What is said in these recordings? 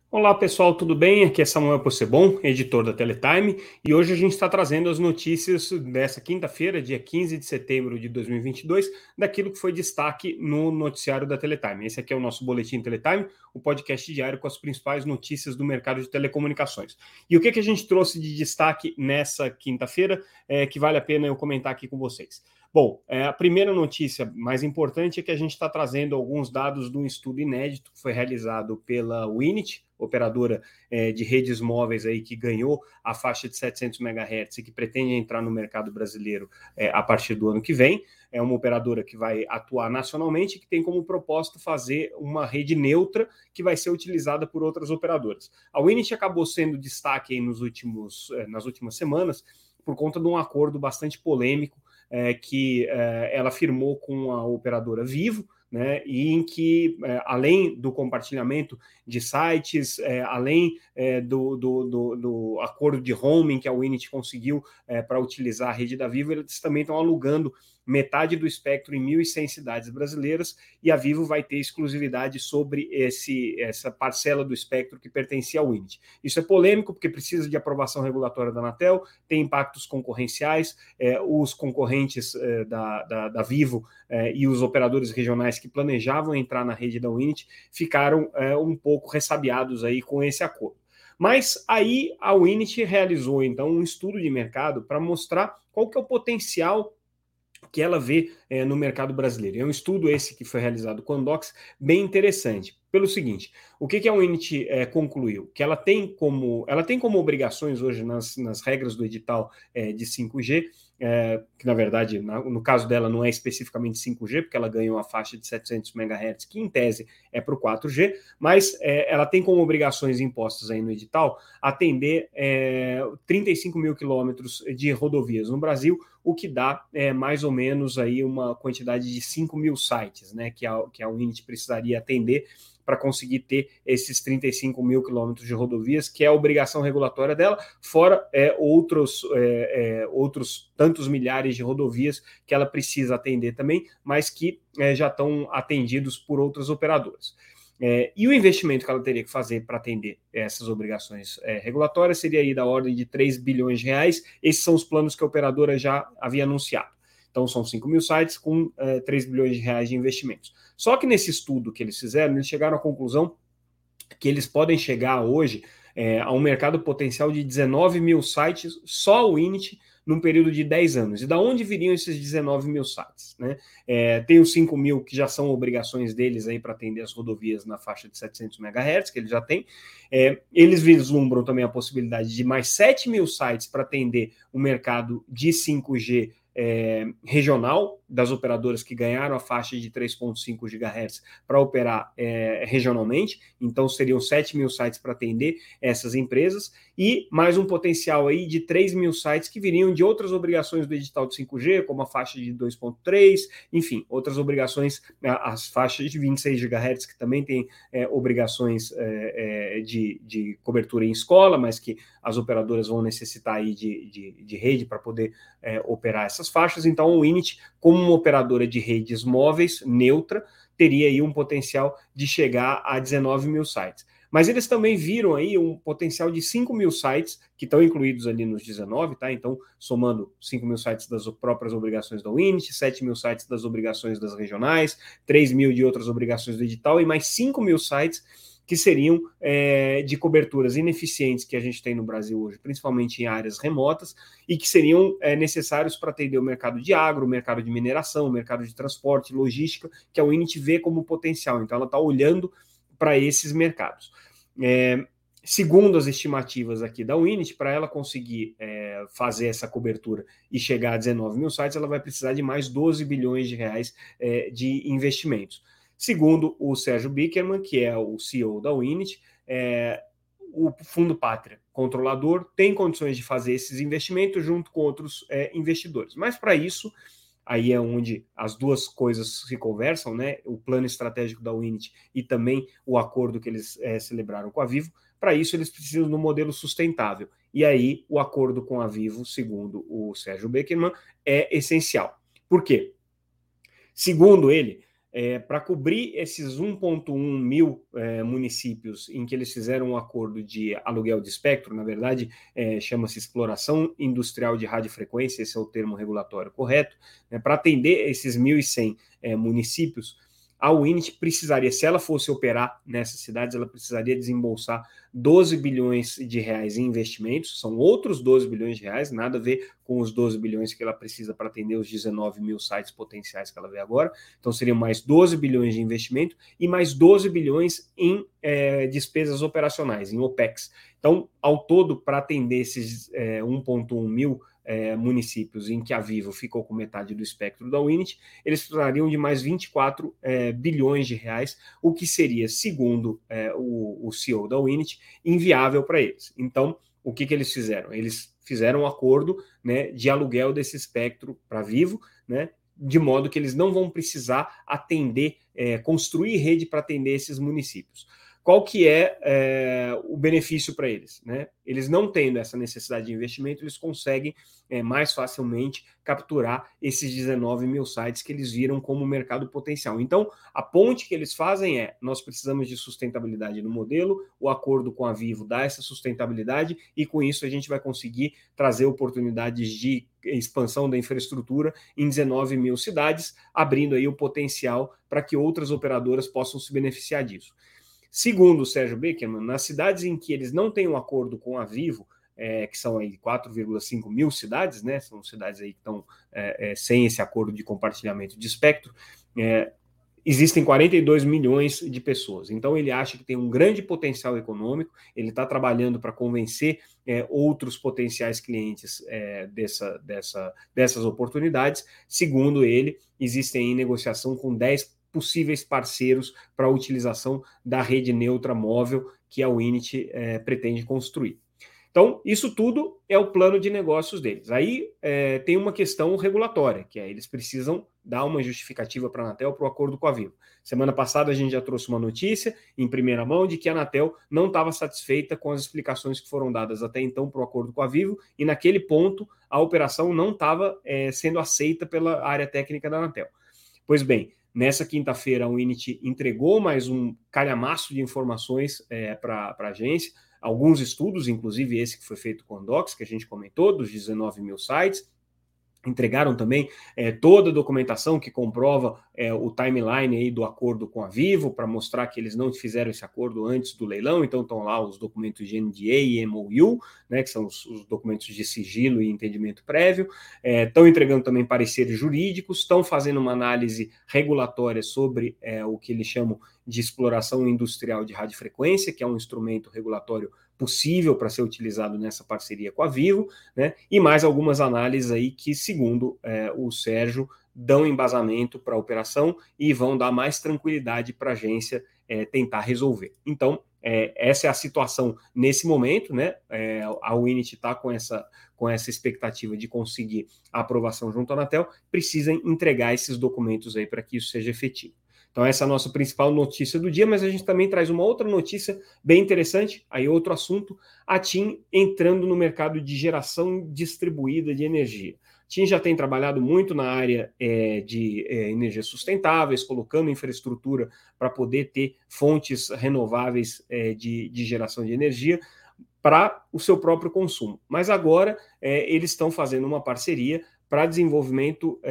Olá pessoal, tudo bem? Aqui é Samuel Possebon, editor da Teletime, e hoje a gente está trazendo as notícias dessa quinta-feira, dia 15 de setembro de 2022, daquilo que foi destaque no noticiário da Teletime. Esse aqui é o nosso Boletim Teletime, o podcast diário com as principais notícias do mercado de telecomunicações. E o que a gente trouxe de destaque nessa quinta-feira que vale a pena eu comentar aqui com vocês? Bom, a primeira notícia mais importante é que a gente está trazendo alguns dados de um estudo inédito que foi realizado pela Winit, operadora de redes móveis aí que ganhou a faixa de 700 MHz e que pretende entrar no mercado brasileiro a partir do ano que vem. É uma operadora que vai atuar nacionalmente e que tem como propósito fazer uma rede neutra que vai ser utilizada por outras operadoras. A Winit acabou sendo destaque aí nas últimas semanas por conta de um acordo bastante polêmico que ela firmou com a operadora Vivo, né, e em que, além do compartilhamento de sites, além do acordo de roaming que a Winit conseguiu para utilizar a rede da Vivo, eles também estão alugando metade do espectro em 1.100 cidades brasileiras, e a Vivo vai ter exclusividade sobre essa parcela do espectro que pertencia à Winit. Isso é polêmico porque precisa de aprovação regulatória da Anatel, tem impactos concorrenciais, os concorrentes da Vivo e os operadores regionais que planejavam entrar na rede da Winit ficaram um pouco ressabiados aí com esse acordo. Mas aí a Winit realizou então um estudo de mercado para mostrar qual que é o potencial que ela vê no mercado brasileiro. É um estudo esse que foi realizado com a Andox, bem interessante. Pelo seguinte, o que a Winit concluiu? Que ela tem como obrigações hoje nas regras do edital de 5G, que na verdade, no caso dela, não é especificamente 5G, porque ela ganhou a faixa de 700 MHz, que em tese é para o 4G, mas ela tem como obrigações impostas aí no edital atender 35 mil quilômetros de rodovias no Brasil, o que dá mais ou menos aí uma quantidade de 5 mil sites, né, que a Winit precisaria atender para conseguir ter esses 35 mil quilômetros de rodovias, que é a obrigação regulatória dela, fora outros tantos milhares de rodovias que ela precisa atender também, mas que já estão atendidos por outras operadoras. E o investimento que ela teria que fazer para atender essas obrigações regulatórias seria aí da ordem de 3 bilhões de reais. Esses são os planos que a operadora já havia anunciado. Então, são 5 mil sites com 3 bilhões de reais de investimentos. Só que nesse estudo que eles fizeram, eles chegaram à conclusão que eles podem chegar hoje a um mercado potencial de 19 mil sites, só o Winit, num período de 10 anos. E da onde viriam esses 19 mil sites? Né? Tem os 5 mil que já são obrigações deles aí para atender as rodovias na faixa de 700 MHz, que eles já têm. Eles vislumbram também a possibilidade de mais 7 mil sites para atender o mercado de 5G regional, das operadoras que ganharam a faixa de 3,5 GHz para operar regionalmente. Então, seriam 7 mil sites para atender essas empresas, e mais um potencial aí de 3 mil sites que viriam de outras obrigações do edital de 5G, como a faixa de 2,3, enfim, outras obrigações, as faixas de 26 GHz, que também tem obrigações de cobertura em escola, mas que as operadoras vão necessitar aí de rede para poder operar essas faixas. Então, o Winit, como uma operadora de redes móveis neutra, teria aí um potencial de chegar a 19 mil sites. Mas eles também viram aí um potencial de 5 mil sites, que estão incluídos ali nos 19, tá? Então, somando 5 mil sites das próprias obrigações da Winit, 7 mil sites das obrigações das regionais, 3 mil de outras obrigações do edital, e mais 5 mil sites que seriam de coberturas ineficientes que a gente tem no Brasil hoje, principalmente em áreas remotas, e que seriam necessários para atender o mercado de agro, o mercado de mineração, o mercado de transporte, logística, que a Winit vê como potencial. Então, ela está olhando para esses mercados. Segundo as estimativas aqui da Winit, para ela conseguir fazer essa cobertura e chegar a 19 mil sites, ela vai precisar de mais 12 bilhões de reais de investimentos. Segundo o Sérgio Bickerman, que é o CEO da Winit, o Fundo Pátria, controlador, tem condições de fazer esses investimentos junto com outros investidores. Mas para isso, aí é onde as duas coisas se conversam, né? O plano estratégico da Winit e também o acordo que eles celebraram com a Vivo. Para isso, eles precisam de um modelo sustentável. E aí, o acordo com a Vivo, segundo o Sérgio Bickerman, é essencial. Por quê? Segundo ele, Para cobrir esses 1,1 mil municípios em que eles fizeram um acordo de aluguel de espectro, na verdade, chama-se exploração industrial de radiofrequência, esse é o termo regulatório correto, né, para atender esses 1.100 municípios, a Winit precisaria, se ela fosse operar nessas cidades, ela precisaria desembolsar 12 bilhões de reais em investimentos, são outros 12 bilhões de reais, nada a ver com os 12 bilhões que ela precisa para atender os 19 mil sites potenciais que ela vê agora, então seriam mais 12 bilhões de investimento e mais 12 bilhões em despesas operacionais, em OPEX. Então, ao todo, para atender esses 1,1 mil municípios em que a Vivo ficou com metade do espectro da Winit, eles precisariam de mais 24 bilhões de reais, o que seria, segundo o CEO da Winit, inviável para eles. Então, o que eles fizeram? Eles fizeram um acordo, né, de aluguel desse espectro para a Vivo, né, de modo que eles não vão precisar atender, construir rede para atender esses municípios. Qual que é o benefício para eles? Né? Eles não tendo essa necessidade de investimento, eles conseguem mais facilmente capturar esses 19 mil sites que eles viram como mercado potencial. Então, a ponte que eles fazem nós precisamos de sustentabilidade no modelo, o acordo com a Vivo dá essa sustentabilidade e com isso a gente vai conseguir trazer oportunidades de expansão da infraestrutura em 19 mil cidades, abrindo aí o potencial para que outras operadoras possam se beneficiar disso. Segundo o Sérgio Beckerman, nas cidades em que eles não têm um acordo com a Vivo, que são aí 4,5 mil cidades, né? São cidades aí que estão sem esse acordo de compartilhamento de espectro, existem 42 milhões de pessoas. Então, ele acha que tem um grande potencial econômico, ele está trabalhando para convencer outros potenciais clientes dessas oportunidades. Segundo ele, existem em negociação com 10 possíveis parceiros para a utilização da rede neutra móvel que a Winit pretende construir. Então, isso tudo é o plano de negócios deles. Aí tem uma questão regulatória, que eles precisam dar uma justificativa para a Anatel para o acordo com a Vivo. Semana passada a gente já trouxe uma notícia em primeira mão de que a Anatel não estava satisfeita com as explicações que foram dadas até então para o acordo com a Vivo, e naquele ponto a operação não estava sendo aceita pela área técnica da Anatel. Pois bem, nessa quinta-feira a Winit entregou mais um calhamaço de informações para a agência, alguns estudos, inclusive esse que foi feito com o Docs, que a gente comentou, dos 19 mil sites. Entregaram também toda a documentação que comprova o timeline aí do acordo com a Vivo, para mostrar que eles não fizeram esse acordo antes do leilão. Então estão lá os documentos de NDA e MOU, né, que são os documentos de sigilo e entendimento prévio. Estão entregando também pareceres jurídicos, estão fazendo uma análise regulatória sobre o que eles chamam de exploração industrial de radiofrequência, que é um instrumento regulatório possível para ser utilizado nessa parceria com a Vivo, né? E mais algumas análises aí que, segundo o Sérgio, dão embasamento para a operação e vão dar mais tranquilidade para a agência tentar resolver. Então, essa é a situação nesse momento, né? A Winit está com essa expectativa de conseguir a aprovação junto à Anatel, precisa entregar esses documentos aí para que isso seja efetivo. Então, essa é a nossa principal notícia do dia, mas a gente também traz uma outra notícia bem interessante, aí outro assunto, a TIM entrando no mercado de geração distribuída de energia. A TIM já tem trabalhado muito na área de energias sustentáveis, colocando infraestrutura para poder ter fontes renováveis de geração de energia para o seu próprio consumo. Mas agora eles estão fazendo uma parceria para desenvolvimento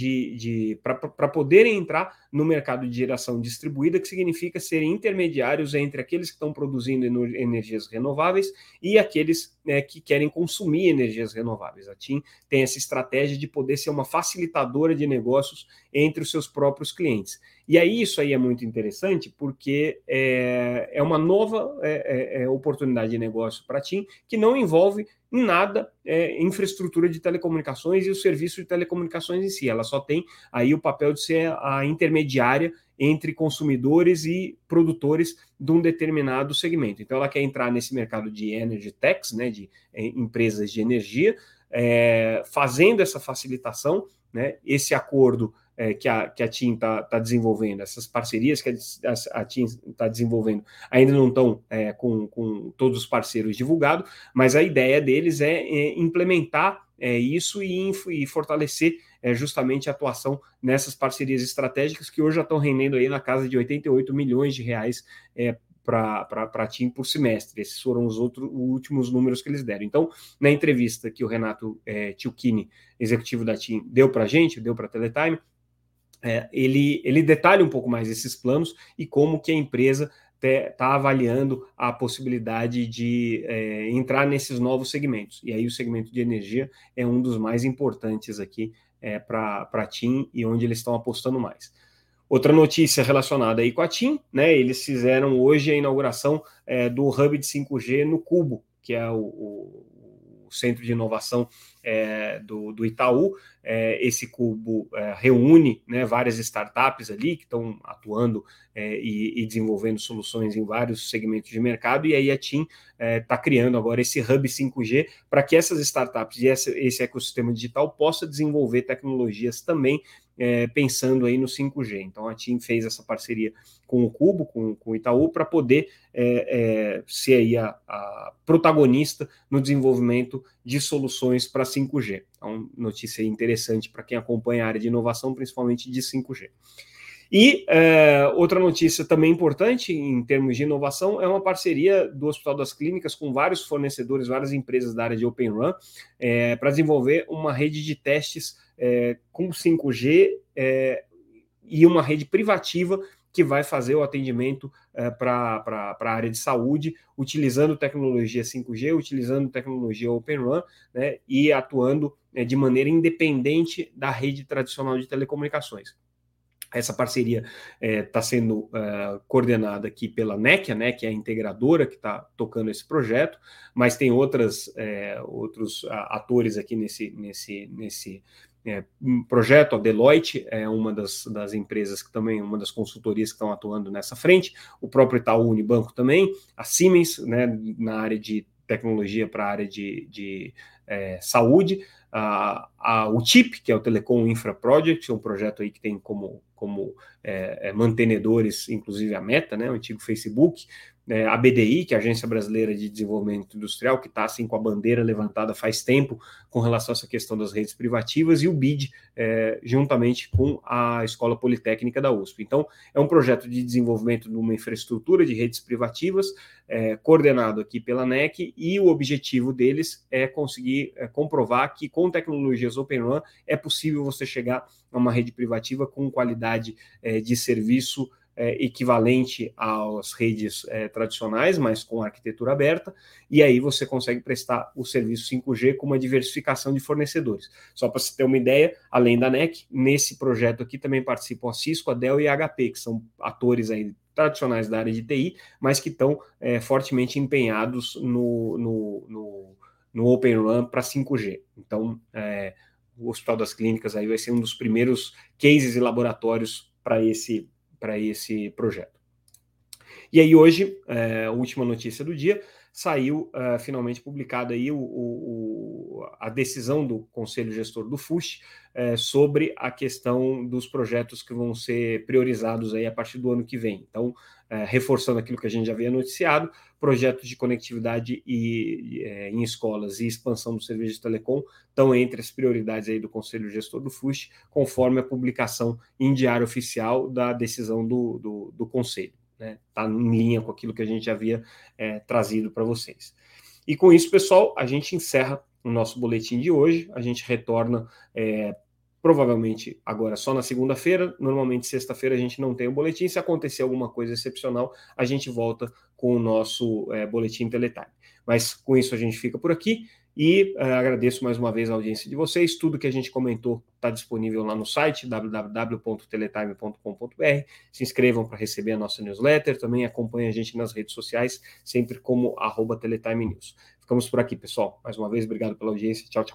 para poderem entrar no mercado de geração distribuída, que significa serem intermediários entre aqueles que estão produzindo energias renováveis e aqueles que querem consumir energias renováveis. A TIM tem essa estratégia de poder ser uma facilitadora de negócios entre os seus próprios clientes. E aí isso aí é muito interessante, porque é uma nova oportunidade de negócio para a TIM, que não envolve em nada infraestrutura de telecomunicações e o serviço de telecomunicações em si. Ela só tem aí o papel de ser a intermediária entre consumidores e produtores de um determinado segmento. Então, ela quer entrar nesse mercado de energy techs, né, de empresas de energia, fazendo essa facilitação, né, esse acordo que a TIM está desenvolvendo, essas parcerias que a TIM está desenvolvendo, ainda não estão com todos os parceiros divulgados, mas a ideia deles é implementar isso e fortalecer justamente a atuação nessas parcerias estratégicas que hoje já estão rendendo aí na casa de 88 milhões de reais para a TIM por semestre. Esses foram os últimos números que eles deram. Então, na entrevista que o Renato Ciuchini, executivo da TIM, deu para a gente, deu para a Teletime, ele detalha um pouco mais esses planos e como que a empresa está avaliando a possibilidade de entrar nesses novos segmentos. E aí o segmento de energia é um dos mais importantes aqui para a TIM e onde eles estão apostando mais. Outra notícia relacionada aí com a TIM, né? Eles fizeram hoje a inauguração do Hub de 5G no Cubo, que é o centro de inovação do Itaú. Esse Cubo reúne, né, várias startups ali que estão atuando e desenvolvendo soluções em vários segmentos de mercado, e aí a TIM está criando agora esse Hub 5G para que essas startups e esse ecossistema digital possa desenvolver tecnologias também pensando aí no 5G. Então a TIM fez essa parceria com o Cubo, com o Itaú, para poder ser aí a protagonista no desenvolvimento de soluções para 5G. Então, notícia interessante para quem acompanha a área de inovação, principalmente de 5G. E outra notícia também importante em termos de inovação é uma parceria do Hospital das Clínicas com vários fornecedores, várias empresas da área de Open RAN, para desenvolver uma rede de testes com 5G e uma rede privativa que vai fazer o atendimento para a área de saúde, utilizando tecnologia 5G, utilizando tecnologia Open RAN, né, e atuando de maneira independente da rede tradicional de telecomunicações. Essa parceria está sendo coordenada aqui pela NEC, a NEC é a integradora que está tocando esse projeto, mas tem outros atores aqui nesse projeto. A Deloitte é uma das empresas que também, uma das consultorias que estão atuando nessa frente, o próprio Itaú Unibanco também, a Siemens, né, na área de tecnologia para a área de saúde, o TIP, que é o Telecom Infra Project, é um projeto aí que tem como mantenedores, inclusive a Meta, né, o antigo Facebook, a BDI, que é a Agência Brasileira de Desenvolvimento Industrial, que está assim com a bandeira levantada faz tempo com relação a essa questão das redes privativas, e o BID, juntamente com a Escola Politécnica da USP. Então, é um projeto de desenvolvimento de uma infraestrutura de redes privativas, coordenado aqui pela NEC, e o objetivo deles é conseguir comprovar que com tecnologias Open RAN é possível você chegar a uma rede privativa com qualidade de serviço equivalente às redes tradicionais, mas com arquitetura aberta, e aí você consegue prestar o serviço 5G com uma diversificação de fornecedores. Só para você ter uma ideia, além da NEC, nesse projeto aqui também participam a Cisco, a Dell e a HP, que são atores aí tradicionais da área de TI, mas que estão fortemente empenhados no Open RAN para 5G. Então, o Hospital das Clínicas aí vai ser um dos primeiros cases e laboratórios para esse projeto. E aí hoje, a última notícia do dia, saiu finalmente publicada aí a decisão do Conselho Gestor do FUST sobre a questão dos projetos que vão ser priorizados aí a partir do ano que vem. Então, reforçando aquilo que a gente já havia noticiado, projetos de conectividade em escolas e expansão do serviço de telecom estão entre as prioridades aí do Conselho Gestor do FUST, conforme a publicação em diário oficial da decisão do Conselho. Está em linha com aquilo que a gente já havia trazido para vocês. E com isso, pessoal, a gente encerra o nosso boletim de hoje. A gente retorna provavelmente agora só na segunda-feira. Normalmente sexta-feira a gente não tem o boletim. Se acontecer alguma coisa excepcional, a gente volta com o nosso boletim Teletime. Mas com isso a gente fica por aqui. E agradeço mais uma vez a audiência de vocês. Tudo que a gente comentou está disponível lá no site www.teletime.com.br. Se inscrevam para receber a nossa newsletter. Também acompanhem a gente nas redes sociais, sempre como @Teletime News. Ficamos por aqui, pessoal. Mais uma vez, obrigado pela audiência. Tchau, tchau.